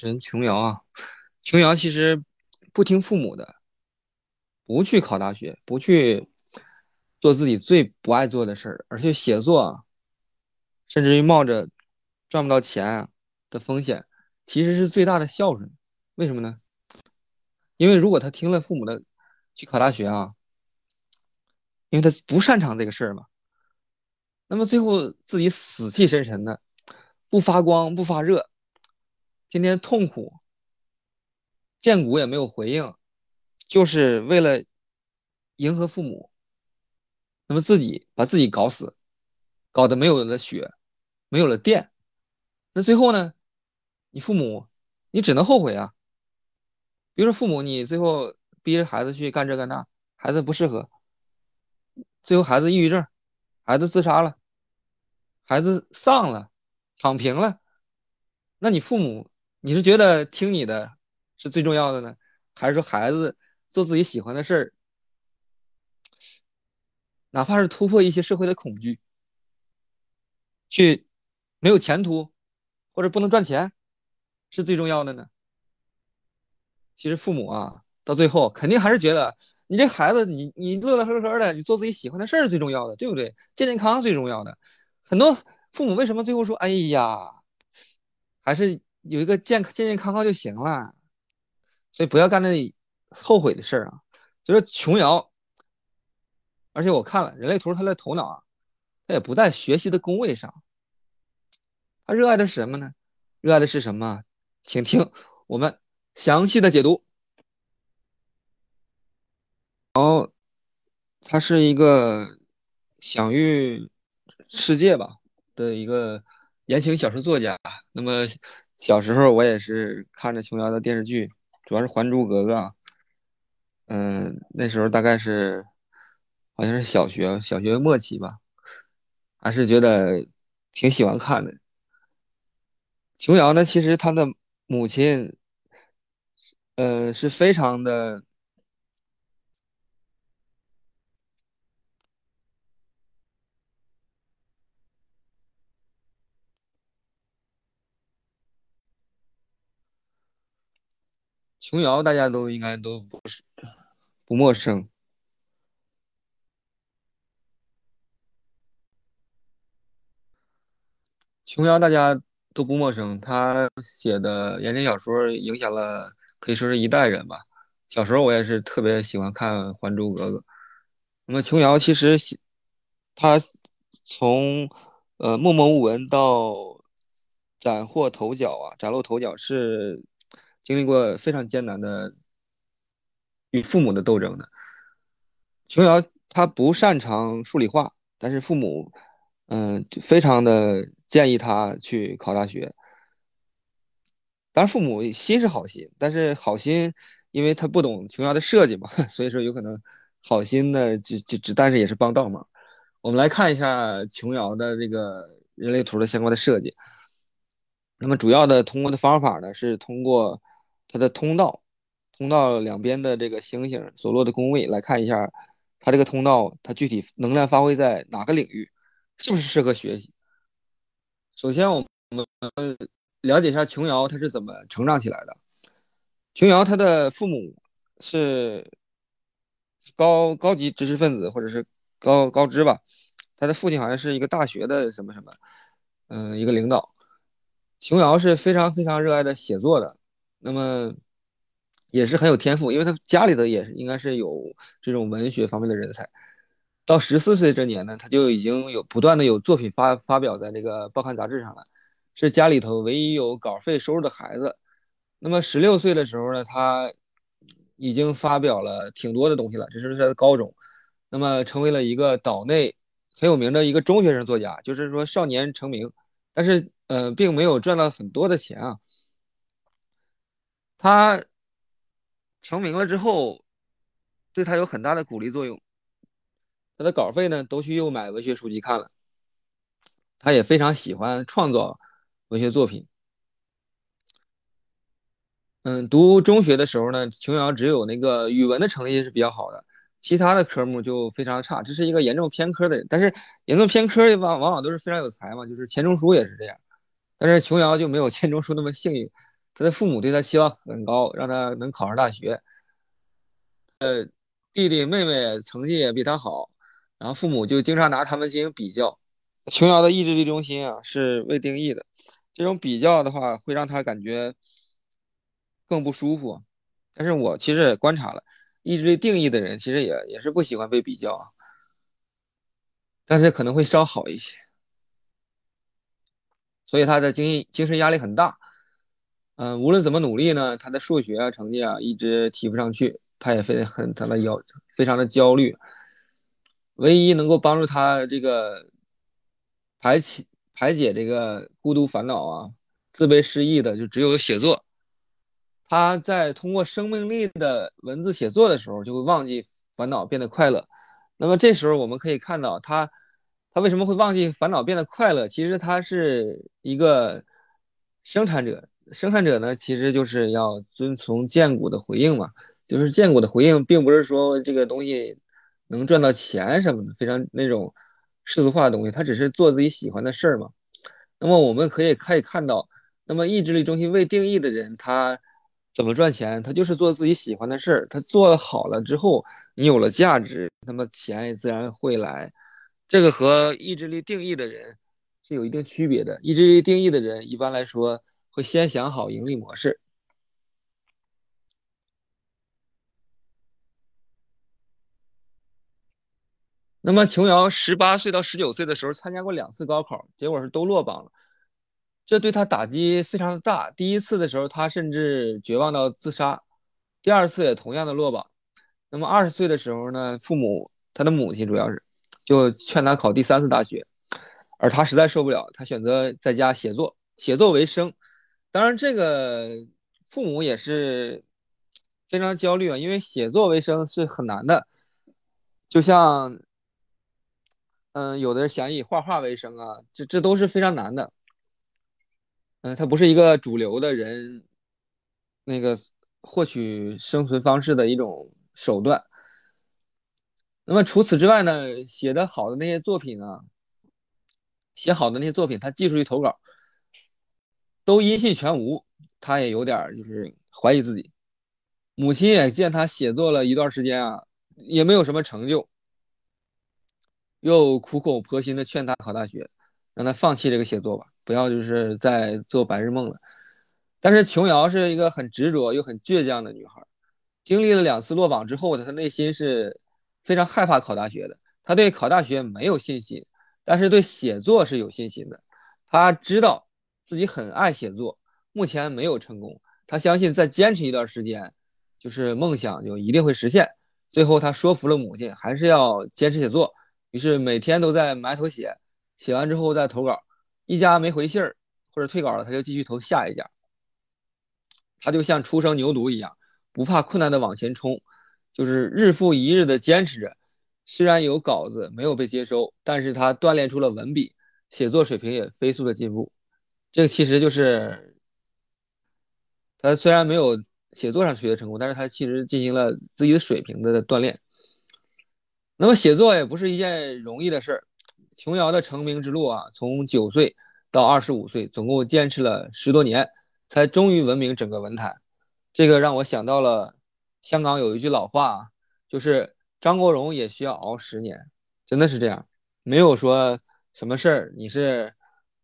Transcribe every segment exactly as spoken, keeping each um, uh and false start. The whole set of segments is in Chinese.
人琼瑶啊，琼瑶其实不听父母的，不去考大学，不去做自己最不爱做的事儿，而且写作啊，甚至于冒着赚不到钱啊的风险，其实是最大的孝顺。为什么呢？因为如果他听了父母的去考大学啊，因为他不擅长这个事儿嘛，那么最后自己死气沉沉的，不发光不发热，天天痛苦，见骨也没有回应，就是为了迎合父母，那么自己把自己搞死，搞得没有了血，没有了电，那最后呢，你父母你只能后悔啊。比如说父母你最后逼着孩子去干这干那，孩子不适合，最后孩子抑郁症，孩子自杀了，孩子丧了，躺平了，那你父母你是觉得听你的是最重要的呢，还是说孩子做自己喜欢的事儿，哪怕是突破一些社会的恐惧，去没有前途或者不能赚钱，是最重要的呢？其实父母啊，到最后肯定还是觉得你这孩子，你你乐乐呵呵的，你做自己喜欢的事儿最重要的，对不对？健健康康最重要的。很多父母为什么最后说，哎呀，还是有一个健健健康康就行了，所以不要干那后悔的事儿啊。就是琼瑶，而且我看了人类图，他的头脑啊，他也不在学习的工位上，他热爱的是什么呢？热爱的是什么？请听我们详细的解读。他是一个享誉世界吧的一个言情小说作家。那么小时候我也是看着琼瑶的电视剧，主要是《还珠格格》啊。嗯，那时候大概是好像是小学小学末期吧，还是觉得挺喜欢看的。琼瑶呢，其实她的母亲，呃，是非常的。琼瑶大家都应该都不是不陌生。琼瑶大家都不陌生，她写的言情小说影响了可以说是一代人吧。小时候我也是特别喜欢看《还珠格格》。那么琼瑶其实写她从呃默默无闻到斩获头角啊，崭露头角是经历过非常艰难的与父母的斗争的。琼瑶她不擅长数理化，但是父母嗯、就非常的建议她去考大学。当然，父母心是好心，但是好心，因为他不懂琼瑶的设计嘛，所以说有可能好心的就就只，但是也是帮倒忙。我们来看一下琼瑶的这个人类图的相关的设计。那么主要的通过的方法呢，是通过它的通道，通道两边的这个星星所落的宫位来看一下，它这个通道它具体能量发挥在哪个领域，是不是适合学习。首先我们了解一下琼瑶她是怎么成长起来的。琼瑶她的父母是高高级知识分子或者是高高知吧，她的父亲好像是一个大学的什么什么，嗯，一个领导。琼瑶是非常非常热爱的写作的，那么也是很有天赋，因为她家里头也是应该是有这种文学方面的人才。到十四岁这年呢，他就已经有不断的有作品发发表在这个报刊杂志上了，是家里头唯一有稿费收入的孩子。那么十六岁的时候呢，他已经发表了挺多的东西了，这是在高中，那么成为了一个岛内很有名的一个中学生作家，就是说少年成名，但是呃，并没有赚到很多的钱啊。他成名了之后，对他有很大的鼓励作用。他的稿费呢，都去又买文学书籍看了。他也非常喜欢创作文学作品。嗯，读中学的时候呢，琼瑶只有那个语文的成绩是比较好的，其他的科目就非常差。这是一个严重偏科的人，但是严重偏科往往往都是非常有才嘛，就是钱钟书也是这样，但是琼瑶就没有钱钟书那么幸运。 他的父母对他期望很高，让他能考上大学。弟弟妹妹成绩也比他好，然后父母就经常拿他们进行比较。琼瑶的意志力中心啊是未定义的，这种比较的话会让他感觉更不舒服。但是我其实也观察了，意志力定义的人其实也也是不喜欢被比较啊，但是可能会稍好一些，所以他的精精神压力很大。嗯、无论怎么努力呢，他的数学啊成绩啊一直提不上去，他也非很他的要非常的焦虑。唯一能够帮助他这个排解排解这个孤独烦恼啊、自卑失意的，就只有写作。他在通过生命力的文字写作的时候，就会忘记烦恼，变得快乐。那么这时候我们可以看到他，他为什么会忘记烦恼，变得快乐？其实他是一个生产者，生产者呢，其实就是要遵从建骨的回应嘛。就是建骨的回应，并不是说这个东西能赚到钱什么的，非常那种世俗化的东西，他只是做自己喜欢的事儿嘛。那么我们可以可以看到。那么意志力中心未定义的人，他怎么赚钱？他就是做自己喜欢的事儿，他做的好了之后，你有了价值，那么钱也自然会来。这个和意志力定义的人是有一定区别的。意志力定义的人一般来说会先想好盈利模式。那么琼瑶十八岁到十九岁的时候参加过两次高考，结果是都落榜了，这对他打击非常的大。第一次的时候，他甚至绝望到自杀，第二次也同样的落榜。那么二十岁的时候呢，父母他的母亲主要是就劝他考第三次大学，而他实在受不了，他选择在家写作，写作为生。当然，这个父母也是非常焦虑啊，因为写作为生是很难的，就像嗯，有的人想以画画为生啊，这这都是非常难的。嗯，它不是一个主流的人那个获取生存方式的一种手段。那么除此之外呢，写的好的那些作品啊，写好的那些作品，他寄出去投稿都音信全无，他也有点儿就是怀疑自己。母亲也见他写作了一段时间啊，也没有什么成就，又苦口婆心的劝他考大学，让他放弃这个写作吧，不要就是再做白日梦了。但是琼瑶是一个很执着又很倔强的女孩，经历了两次落榜之后呢，她内心是非常害怕考大学的。她对考大学没有信心，但是对写作是有信心的。她知道自己很爱写作，目前没有成功，她相信再坚持一段时间，就是梦想就一定会实现。最后，她说服了母亲，还是要坚持写作。于是每天都在埋头写，写完之后再投稿，一家没回信儿或者退稿了，他就继续投下一家。他就像初生牛犊一样，不怕困难的往前冲，就是日复一日的坚持着。虽然有稿子没有被接收，但是他锻炼出了文笔，写作水平也飞速的进步。这个其实就是他虽然没有写作上取得成功，但是他其实进行了自己的水平的锻炼。那么写作也不是一件容易的事儿。琼瑶的成名之路啊，从九岁到二十五岁，总共坚持了十多年，才终于闻名整个文坛。这个让我想到了香港有一句老话啊，就是张国荣也需要熬十年，真的是这样，没有说什么事儿你是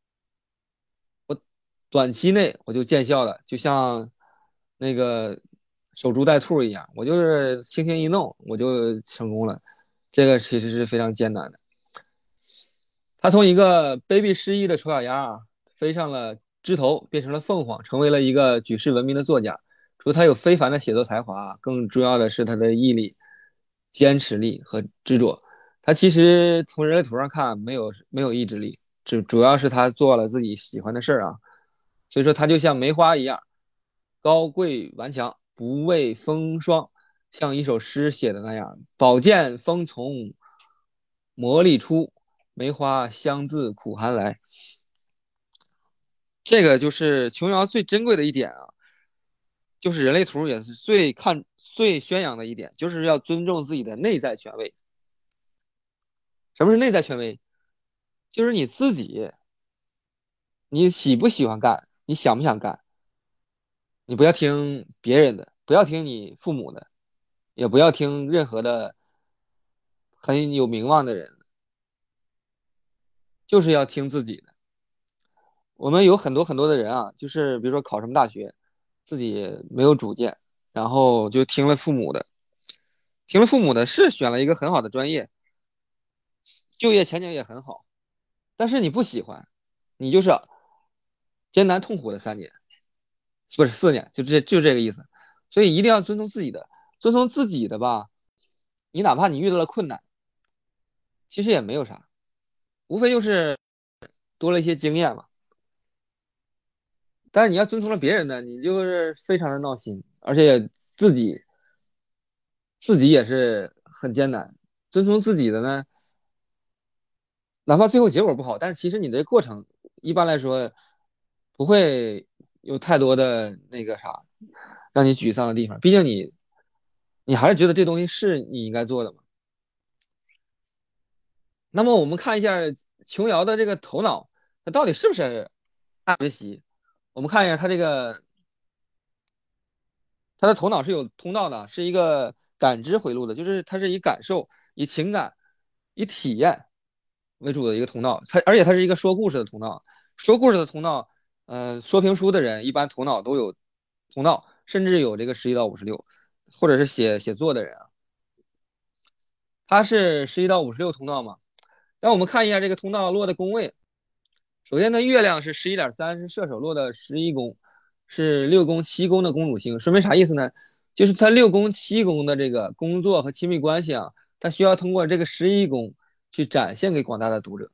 短期内我就见效了，就像那个守株待兔一样，我就是轻轻一弄我就成功了，这个其实是非常艰难的。他从一个卑鄙失意的丑小鸭啊，飞上了枝头，变成了凤凰，成为了一个举世闻名的作家。除了他有非凡的写作才华，更重要的是他的毅力、坚持力和执着。他其实从人类图上看没有没有意志力，主主要是他做了自己喜欢的事儿啊。所以说他就像梅花一样，高贵顽强，不畏风霜，像一首诗写的那样：宝剑锋从磨砺出，梅花香自苦寒来。这个就是琼瑶最珍贵的一点啊，就是人类图也是最看最宣扬的一点，就是要尊重自己的内在权威。什么是内在权威？就是你自己，你喜不喜欢干，你想不想干？ 你不要听别人的，不要听你父母的，也不要听任何的很有名望的人，就是要听自己的。我们有很多很多的人啊，就是比如说考什么大学，自己没有主见，然后就听了父母的，听了父母的是选了一个很好的专业，就业前景也很好，但是你不喜欢，你就是艰难痛苦的三年，不是四年，就这就这个意思。所以一定要遵从自己的，遵从自己的吧。你哪怕你遇到了困难，其实也没有啥，无非就是多了一些经验嘛。但是你要遵从了别人的，你就是非常的闹心，而且自己自己也是很艰难。遵从自己的呢，哪怕最后结果不好，但是其实你的过程一般来说不会有太多的那个啥让你沮丧的地方。毕竟你你还是觉得这东西是你应该做的嘛。那么我们看一下琼瑶的这个头脑，它到底是不是爱学习？我们看一下他这个他的头脑是有通道的，是一个感知回路的，就是它是以感受、以情感、以体验为主的一个通道。它而且它是一个说故事的通道，说故事的通道，呃，说评书的人一般头脑都有通道，甚至有这个十一到五十六，或者是写写作的人啊，他是十一到五十六通道嘛。让我们看一下这个通道落的宫位。首先，它月亮是十一点三，是射手落的十一宫，是六宫七宫的公主星，说明啥意思呢？就是它六宫七宫的这个工作和亲密关系啊，它需要通过这个十一宫去展现给广大的读者，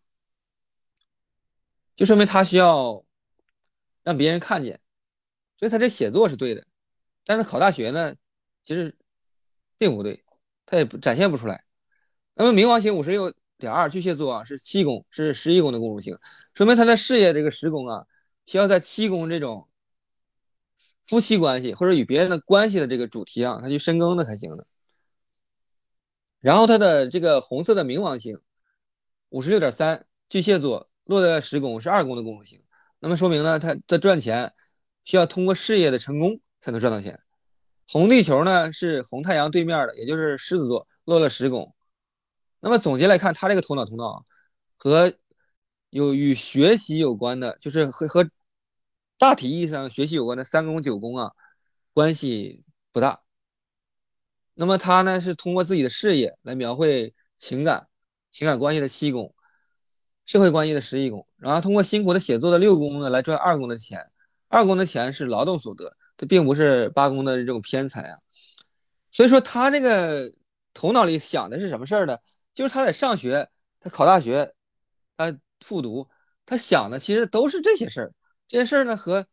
就说明他需要让别人看见，所以他这写作是对的。但是考大学呢，其实并不对，他也不展现不出来。那么冥王星五十六点二巨蟹座啊是七宫，是十一宫的公主星，说明他的事业这个十宫啊，需要在七宫这种夫妻关系或者与别人的关系的这个主题啊，他去深耕的才行的。然后他的这个红色的冥王星五十六点三巨蟹座落在十宫是二宫的公主星，那么说明呢，他的赚钱需要通过事业的成功才能赚到钱。红地球呢是红太阳对面的，也就是狮子座落了十宫。那么总结来看，他这个头脑通道啊，和有与学习有关的，就是和和大体意义上学习有关的三宫九宫啊，关系不大。那么他呢是通过自己的事业来描绘情感、情感关系的七宫，社会关系的十一宫，然后通过辛苦的写作的六宫呢来赚二宫的钱。二宫的钱是劳动所得，这并不是八宫的这种偏财啊。所以说他这个头脑里想的是什么事儿呢？就是他在上学，他考大学，他复读，他想的其实都是这些事儿。这些事儿呢和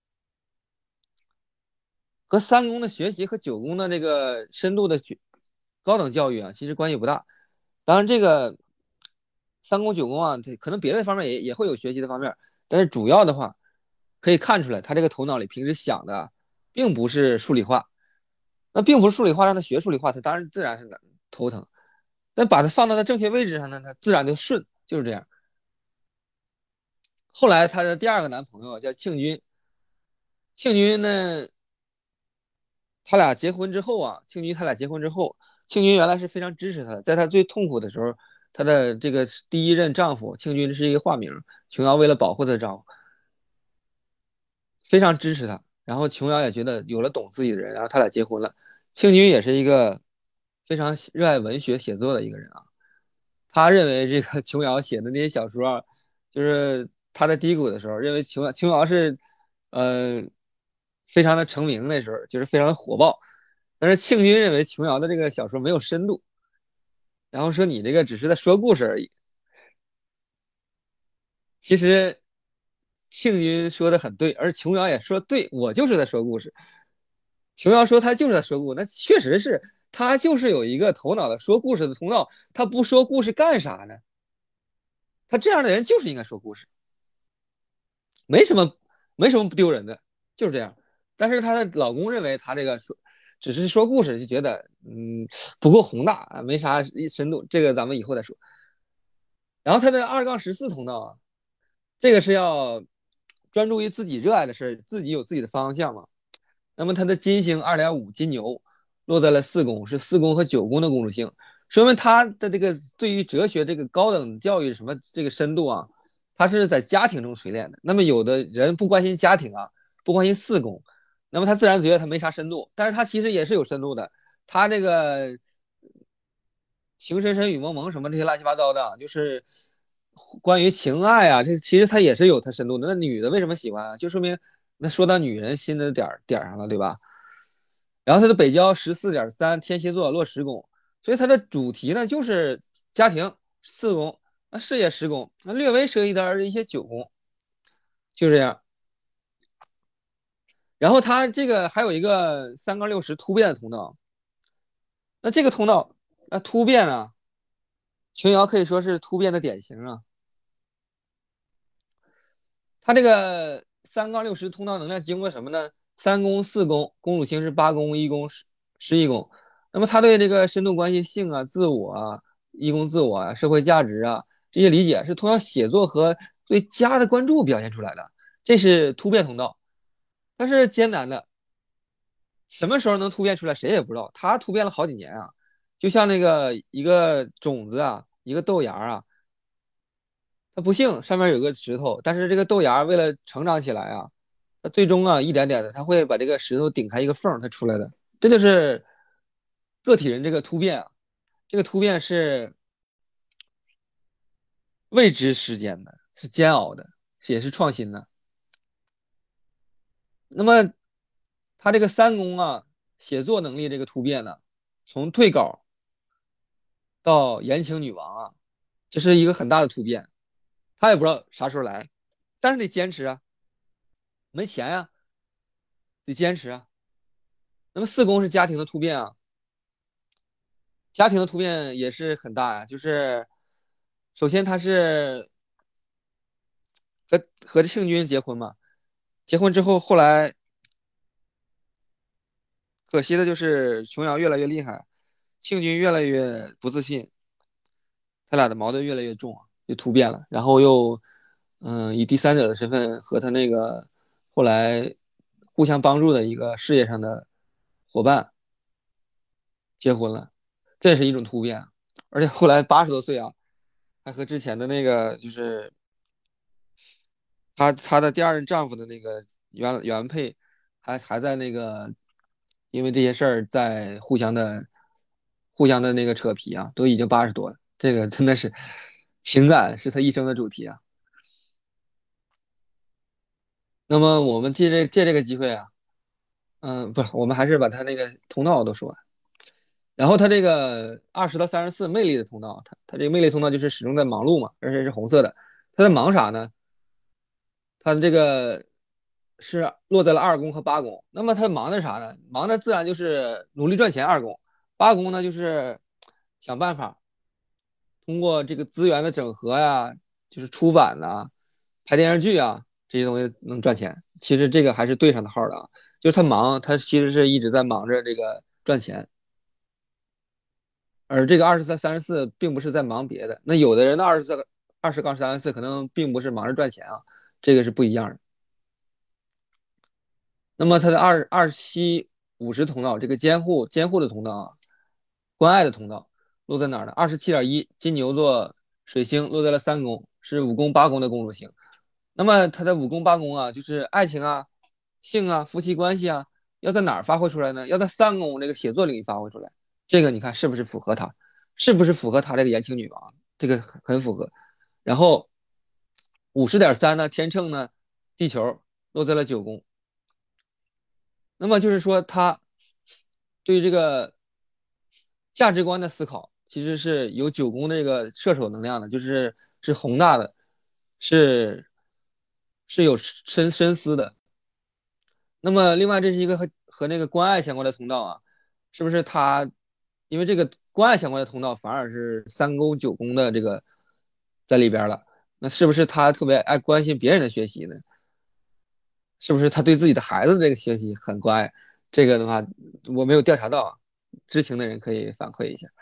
和三公的学习和九宫的这个深度的学高等教育啊，其实关系不大。当然，这个三宫九宫啊，它可能别的方面也也会有学习的方面，但是主要的话可以看出来，他这个头脑里平时想的并不是数理化。那并不是数理化，让他学数理化，他当然自然是头疼。但把它放到他正确位置上呢，他自然就顺，就是这样。后来他的第二个男朋友叫庆军，庆军呢，他俩结婚之后啊，庆军他俩结婚之后，庆军原来是非常支持他的，在他最痛苦的时候，他的这个第一任丈夫庆军是一个化名，琼瑶为了保护她的丈夫，非常支持他。然后琼瑶也觉得有了懂自己的人，然后他俩结婚了。庆军也是一个非常热爱文学写作的一个人啊。他认为这个琼瑶写的那些小说啊，就是他在低谷的时候，认为琼瑶琼瑶是，呃，非常的成名那时候，就是非常的火爆。但是庆军认为琼瑶的这个小说没有深度，然后说你这个只是在说故事而已。其实庆军说的很对，而琼瑶也说对，我就是在说故事。琼瑶说他就是在说故事，那确实是他就是有一个头脑的说故事的通道，他不说故事干啥呢？他这样的人就是应该说故事。没什么没什么不丢人的，就是这样。但是她的老公认为她这个说只是说故事，就觉得嗯不够宏大啊，没啥深度。这个咱们以后再说。然后她的二杠十四通道啊，这个是要专注于自己热爱的事儿，自己有自己的方向嘛。 那么它的金星二点五金牛落在了四宫，是四宫和九宫的公主星，说明他的这个对于哲学这个高等教育什么这个深度啊，他是在家庭中锤炼的。那么有的人不关心家庭啊，不关心四宫，那么他自然觉得他没啥深度，但是他其实也是有深度的。他这个情深深雨蒙蒙什么这些乱七八糟的，就是关于情爱啊，这其实他也是有他深度的。那女的为什么喜欢啊？就说明那说到女人心的点儿点儿上了，对吧？然后他的北交十四点三，天蝎座落十宫，所以它的主题呢就是家庭四宫，那事业十宫，那略微涉及到一些九宫，就这样。然后它这个还有一个三杠六十突变的通道，那这个通道，那突变啊，琼瑶可以说是突变的典型啊。它这个三杠六十通道能量经过什么呢？三宫、四宫，公主星是八宫、一宫、十十一宫。那么他对这个深度关系、性啊、自我啊、一宫自我啊、社会价值啊这些理解，是通过写作和对家的关注表现出来的。这是突变通道，它是艰难的。什么时候能突变出来，谁也不知道。它突变了好几年啊，就像那个一个种子啊，一个豆芽啊，它不幸上面有个石头，但是这个豆芽为了成长起来啊，它最终啊一点点的，它会把这个石头顶开一个缝它出来的。这就是个体人这个突变啊，这个突变是未知时间的，是煎熬的，也是创新的。那么他这个三公啊，写作能力这个突变呢，从退稿到言情女王啊，这是一个很大的突变。他也不知道啥时候来，但是得坚持啊，没钱呀、得坚持啊。那么四宫是家庭的突变啊，家庭的突变也是很大呀、就是首先他是和和庆军结婚嘛，结婚之后后来可惜的就是琼瑶越来越厉害，庆军越来越不自信，他俩的矛盾越来越重啊，就突变了，然后又嗯以第三者的身份和他那个后来互相帮助的一个事业上的伙伴结婚了，这也是一种突变啊，而且后来八十多岁啊，还和之前的那个就是她她的第二任丈夫的那个原原配还还在那个因为这些事儿在互相的互相的那个扯皮啊，都已经八十多了，这个真的是情感是他一生的主题啊。那么我们借这借这个机会啊，嗯，不是，我们还是把他那个通道都说完。然后他这个二十到三十四魅力的通道，他他这个魅力通道就是始终在忙碌嘛，而且是红色的。他在忙啥呢？他的这个是落在了二宫和八宫。那么他忙的啥呢？忙的自然就是努力赚钱，二宫。八宫呢就是想办法通过这个资源的整合呀，就是出版呐、拍电视剧啊这些东西能赚钱。其实这个还是对上的号的啊，就是他忙，他其实是一直在忙着这个赚钱。而这个二十三、三十四并不是在忙别的。那有的人的二十四、二十杠三十四可能并不是忙着赚钱啊，这个是不一样的。那么它的二二十七、五十通道，这个监护监护的通道啊，关爱的通道落在哪儿呢？二十七点一，金牛座水星落在了三宫，是五宫八宫的公主星。那么它的五宫八宫啊，就是爱情啊、性啊、夫妻关系啊，要在哪儿发挥出来呢？要在三宫这个写作领域发挥出来。这个你看是不是符合它？是不是符合它这个言情女王？这个很很符合。然后五十点三呢，天秤呢，地球落在了九宫。那么就是说，他对于这个价值观的思考，其实是有九宫的这个射手能量的，就是是宏大的，是是有深深思的。那么另外这是一个和和那个关爱相关的通道啊，是不是他？因为这个关爱相关的通道反而是三宫九宫的这个在里边了，那是不是他特别爱关心别人的学习呢？是不是他对自己的孩子这个学习很关爱？这个的话我没有调查到啊，知情的人可以反馈一下。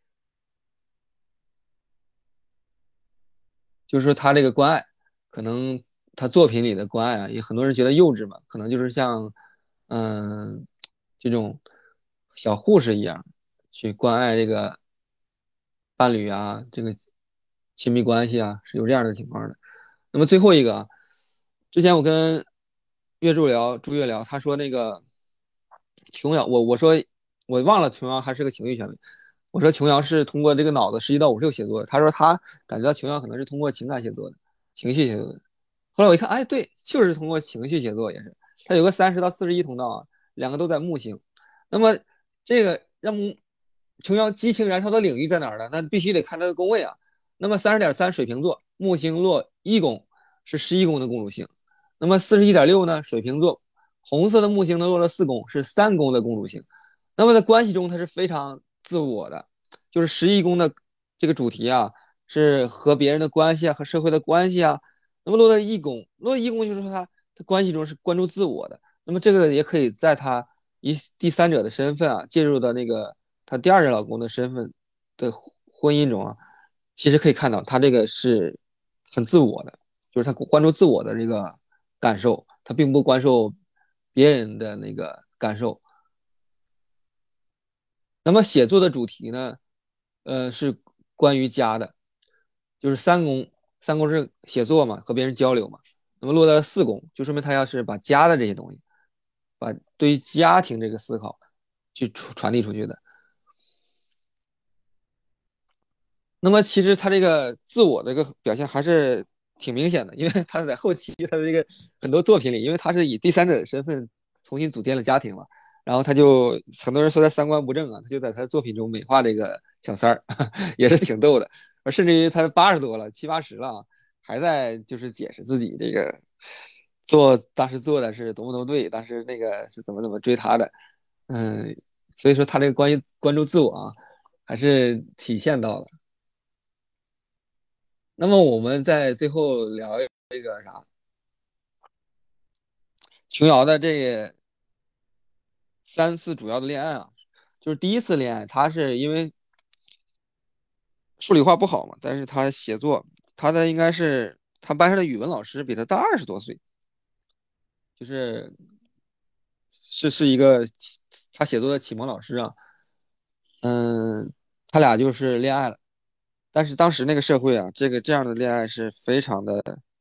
就是说他这个关爱，可能他作品里的关爱啊，也很多人觉得幼稚嘛，可能就是像嗯，这种小护士一样去关爱这个伴侣啊，这个亲密关系啊，是有这样的情况的。那么最后一个啊，之前我跟岳柱聊，朱越聊，他说那个琼瑶，我我说我忘了琼瑶还是个情绪权威，我说琼瑶是通过这个脑子十一到五十六写作的，他说他感觉到琼瑶可能是通过情感写作的，情绪写作的。后来我一看，哎，对，就是通过情绪写作也是，它有个三十到四十一通道啊，两个都在木星。那么这个让木琼瑶激情燃烧的领域在哪儿呢？那必须得看它的宫位啊。那么三十点三水瓶座，木星落一宫是十一宫的公主星。那么四十一点六呢，水瓶座红色的木星呢落了四宫，是三宫的公主星。那么在关系中，它是非常自我的，就是十一宫的这个主题啊，是和别人的关系啊，和社会的关系啊。那么落在一宫，落在一宫就是说他他关系中是关注自我的。那么这个也可以在他以第三者的身份啊，介入到那个他第二任老公的身份的婚姻中啊，其实可以看到他这个是很自我的，就是他关注自我的这个感受，他并不关注别人的那个感受。那么写作的主题呢，呃，是关于家的，就是三宫，三宫是写作嘛，和别人交流嘛。那么落在了四宫，就说明他要是把家的这些东西，把对于家庭这个思考去传传递出去的。那么其实他这个自我的一个表现还是挺明显的，因为他在后期他的这个很多作品里，因为他是以第三者的身份重新组建了家庭嘛，然后他就很多人说他三观不正啊，他就在他的作品中美化这个小三儿，也是挺逗的。而甚至于他八十多了，七八十了啊，还在就是解释自己这个做当时做的是多么多么对，当时那个是怎么怎么追他的，嗯，所以说他这个关于关注自我啊，还是体现到了。那么我们在最后聊这个啥，琼瑶的这三次主要的恋爱啊，就是第一次恋爱，他是因为数理化不好嘛，但是他写作，他的应该是他班上的语文老师比他大二十多岁，就是是是一个启他写作的启蒙老师啊，嗯，他俩就是恋爱了，但是当时那个社会啊，这个这样的恋爱是非常的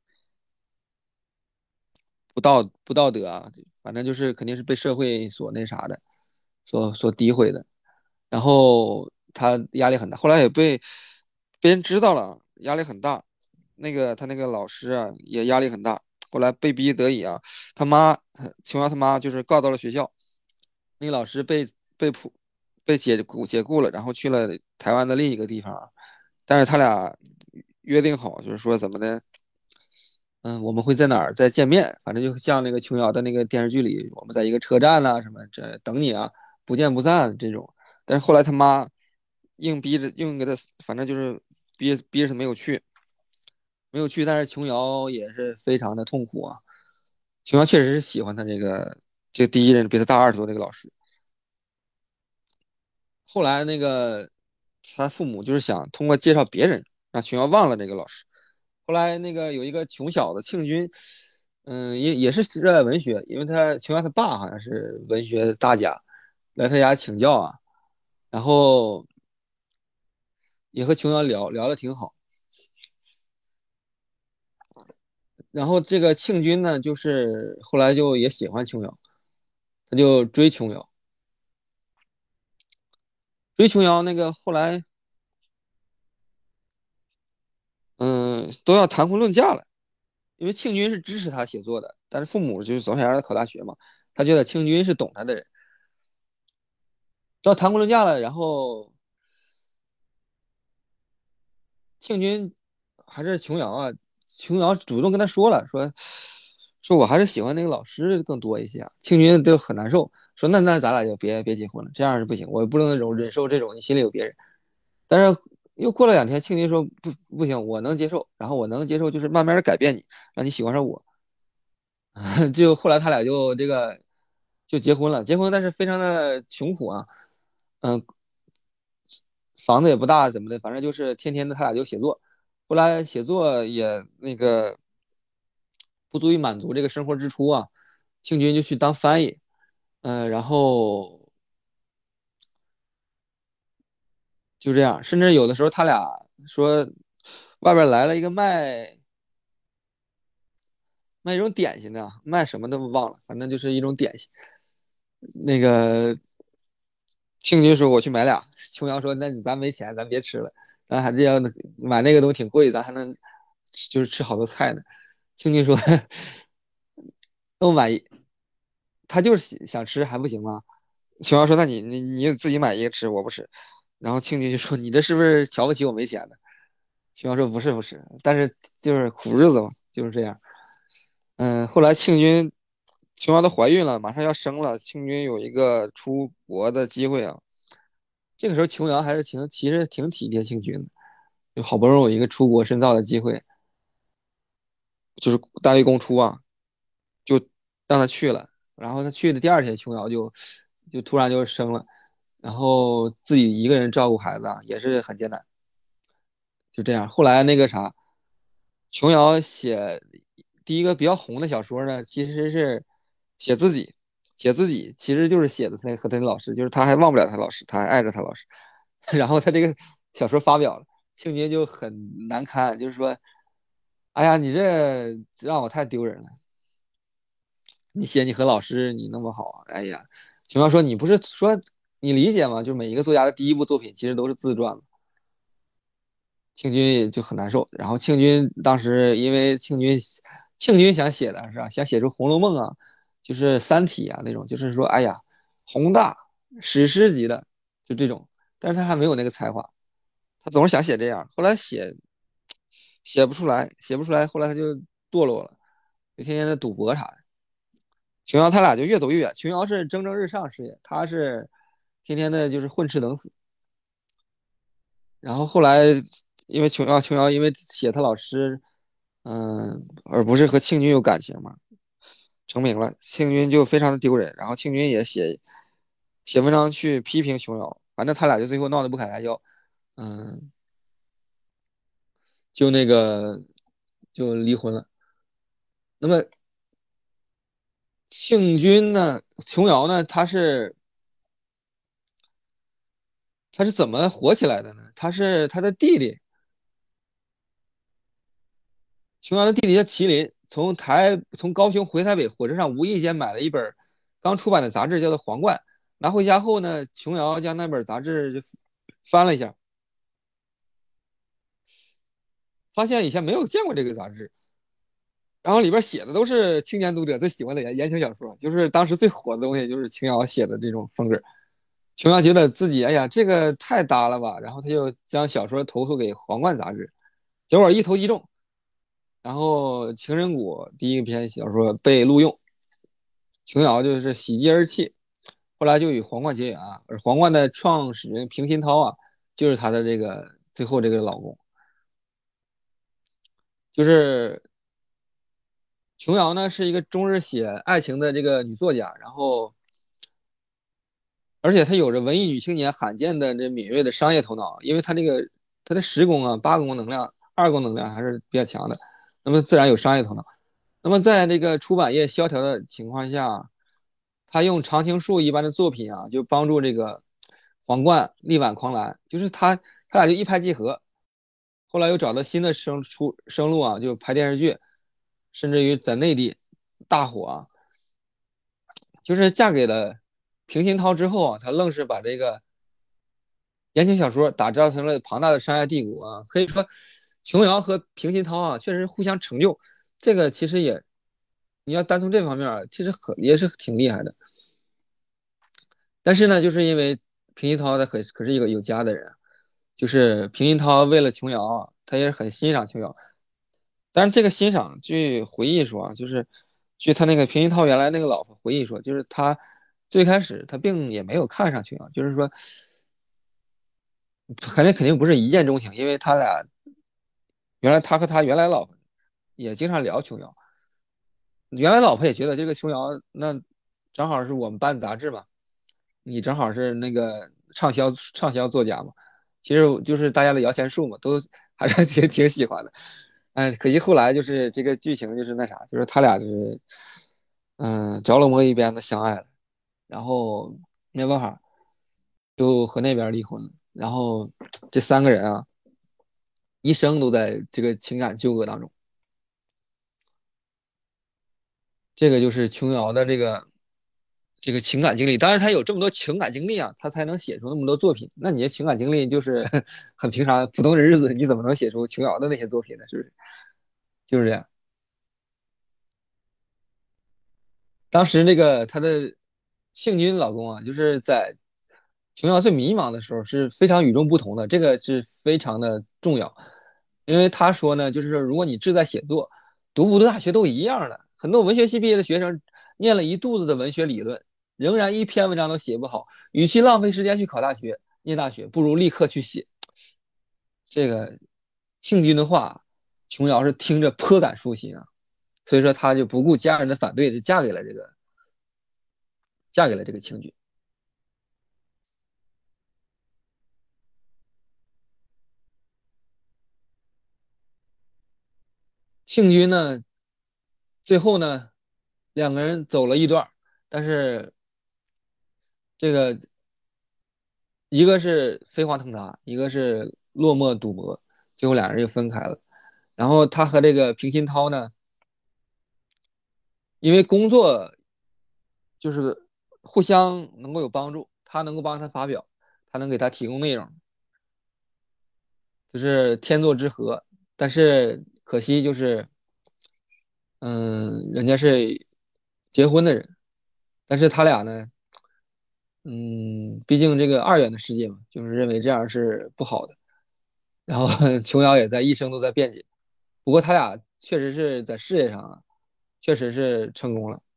不道不道德啊，反正就是肯定是被社会所那啥的，所所诋毁的。然后他压力很大，后来也被别人知道了，压力很大。那个他那个老师啊，也压力很大，后来被逼得已啊，他妈琼瑶他妈就是告到了学校，那个老师被被捕被解雇解雇了，然后去了台湾的另一个地方，但是他俩约定好，就是说怎么的。嗯，我们会在哪儿再见面？反正就像那个琼瑶的那个电视剧里，我们在一个车站呐、什么这等你啊，不见不散这种。但是后来他妈硬逼着，硬给他，反正就是逼逼着他没有去，没有去。但是琼瑶也是非常的痛苦啊。琼瑶确实是喜欢他这个这个第一任比他大二十多这个老师。后来那个他父母就是想通过介绍别人让琼瑶忘了这个老师。后来那个有一个穷小子庆军，嗯，也也是热爱文学，因为他琼瑶他爸好像是文学大家，来他家请教啊，然后也和琼瑶聊聊的挺好。然后这个庆军呢，就是后来就也喜欢琼瑶，他就追琼瑶，追琼瑶那个后来嗯都要谈婚论嫁了。因为庆军是支持他写作的，但是父母就是总想让他考大学嘛，他觉得庆军是懂他的人，都要谈婚论嫁了，然后庆军还是琼瑶啊，琼瑶主动跟他说了，说说我还是喜欢那个老师更多一些啊，庆军就很难受，说那那咱俩就别别结婚了，这样是不行，我不能忍忍受这种你心里有别人。但是又过了两天，庆军说不不行，我能接受，然后我能接受就是慢慢的改变你，让你喜欢上我。就后来他俩就这个就结婚了，结婚但是非常的穷苦啊，嗯，房子也不大，怎么的，反正就是天天的他俩就写作，后来写作也那个不足以满足这个生活支出啊，庆军就去当翻译， 呃，然后就这样，甚至有的时候他俩说外边来了一个卖卖一种点心的，卖什么都忘了，反正就是一种点心。那个庆军说我去买俩，琼瑶说那你咱没钱，咱别吃了，咱还是要买那个东西挺贵，咱还能就是吃好多菜呢。庆军说那我买一，他就是想吃还不行吗？琼瑶说那你你你自己买一个吃，我不吃。然后庆军就说你这是不是瞧不起我没钱呢？琼瑶说不是不是，但是就是苦日子嘛，就是这样。嗯，后来庆军琼瑶都怀孕了，马上要生了，庆军有一个出国的机会啊。这个时候琼瑶还是挺其实挺体贴庆军的，就好不容易有一个出国深造的机会，就是大卫公出啊，就让他去了。然后他去的第二天，琼瑶就就突然就生了，然后自己一个人照顾孩子啊，也是很艰难。就这样，后来那个啥，琼瑶写第一个比较红的小说呢，其实是写自己，写自己其实就是写的他和他的老师，就是他还忘不了他老师，他还爱着他老师。然后他这个小说发表了，庆军就很难堪，就是说，哎呀，你这让我太丢人了。你写你和老师你那么好，哎呀，琼瑶说你不是说你理解吗？就是每一个作家的第一部作品其实都是自传嘛。庆军也就很难受。然后庆军当时因为庆军庆军想写的是吧，想写出《红楼梦》啊，就是《三体》啊那种，就是说哎呀宏大史诗级的就这种，但是他还没有那个才华，他总是想写这样，后来写写不出来，写不出来，后来他就堕落了，就天天的赌博啥的。琼瑶他俩就越走越远，琼瑶是蒸蒸日上事业，他是天天的就是混吃等死。然后后来因为琼瑶，琼瑶因为写他老师，嗯，而不是和庆军有感情嘛，成名了，庆军就非常的丢人。然后庆军也写写文章去批评琼瑶，反正他俩就最后闹得不可开交，嗯，就那个就离婚了。那么庆军呢，琼瑶呢，他是他是怎么火起来的呢？他是他的弟弟。琼瑶的弟弟叫麒麟，从台从高雄回台北火车上无意间买了一本刚出版的杂志，叫做《皇冠》。拿回家后呢，琼瑶将那本杂志就翻了一下，发现以前没有见过这个杂志，然后里边写的都是青年读者最喜欢的言言情小说，就是当时最火的东西就是琼瑶写的这种风格。琼瑶觉得自己哎呀这个太搭了吧，然后他就将小说投诉给《皇冠》杂志，结果一投即中，然后《情人谷》第一篇小说被录用。琼瑶就是喜极而泣，后来就与皇冠结缘啊，而皇冠的创始人平鑫涛啊，就是她的这个最后这个老公。就是琼瑶呢是一个终日写爱情的这个女作家，然后而且她有着文艺女青年罕见的这敏锐的商业头脑，因为她这个她的十宫啊八宫能量二宫能量还是比较强的，那么自然有商业头脑。那么在这个出版业萧条的情况下，他用常青树一般的作品啊，就帮助这个皇冠力挽狂澜，就是他他俩就一拍即合，后来又找到新的生出生路啊，就拍电视剧，甚至于在内地大火啊，就是嫁给了平鑫涛之后啊，他愣是把这个言情小说打造成了庞大的商业帝国啊，可以说琼瑶和平鑫涛啊，确实互相成就，这个其实也你要单从这方面儿，其实很也是挺厉害的。但是呢，就是因为平鑫涛他可可是一个有家的人，就是平鑫涛为了琼瑶啊，他也是很欣赏琼瑶。但是这个欣赏，据回忆说啊，就是据他那个平鑫涛原来那个老婆回忆说，就是他最开始他并也没有看上琼瑶，就是说肯定肯定不是一见钟情，因为他俩原来他和他原来老婆也经常聊琼瑶，原来老婆也觉得这个琼瑶那正好是我们办杂志嘛。你正好是那个畅销畅销作家嘛，其实就是大家的摇钱树嘛，都还是挺挺喜欢的。哎，可惜后来就是这个剧情就是那啥，就是他俩就是嗯着了魔一般的相爱了。 然后没办法就和那边离婚了。然后这三个人啊，一生都在这个情感纠葛当中。这个就是琼瑶的这个这个情感经历。当然，他有这么多情感经历啊，他才能写出那么多作品。那你的情感经历就是很平常普通的日子，你怎么能写出琼瑶的那些作品呢？是不是？就是这样。当时那个她的庆军老公啊，就是在琼瑶最迷茫的时候是非常与众不同的，这个是非常的重要。因为他说呢，就是说如果你志在写作，读不读大学都一样的。很多文学系毕业的学生念了一肚子的文学理论，仍然一篇文章都写不好，与其浪费时间去考大学、念大学，不如立刻去写。这个庆军的话，琼瑶是听着颇感舒心啊，所以说她就不顾家人的反对，就嫁给了这个嫁给了这个庆军。庆军呢，最后呢，两个人走了一段，但是这个一个是飞黄腾达，一个是落寞赌博，最后两人就分开了。然后他和这个平鑫涛呢，因为工作就是互相能够有帮助，他能够帮他发表，他能给他提供内容，就是天作之合。但是可惜就是，嗯，人家是结婚的人，但是他俩呢，嗯，毕竟这个二元的世界嘛，就是认为这样是不好的。然后琼瑶也在一生都在辩解，不过他俩确实是在事业上啊，确实是成功了，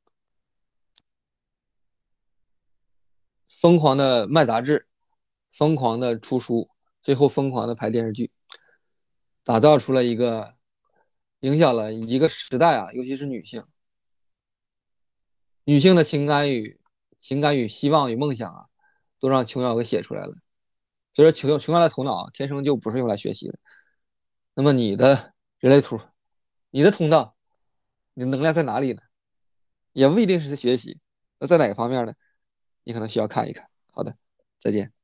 疯狂的卖杂志，疯狂的出书，最后疯狂的拍电视剧，打造出了一个影响了一个时代啊，尤其是女性，女性的情感与情感与希望与梦想啊，都让琼瑶给写出来了。所以说琼琼瑶的头脑啊天生就不是用来学习的。那么你的人类图，你的通道，你的能量在哪里呢？也不一定是在学习，那在哪个方面呢？你可能需要看一看。好的，再见。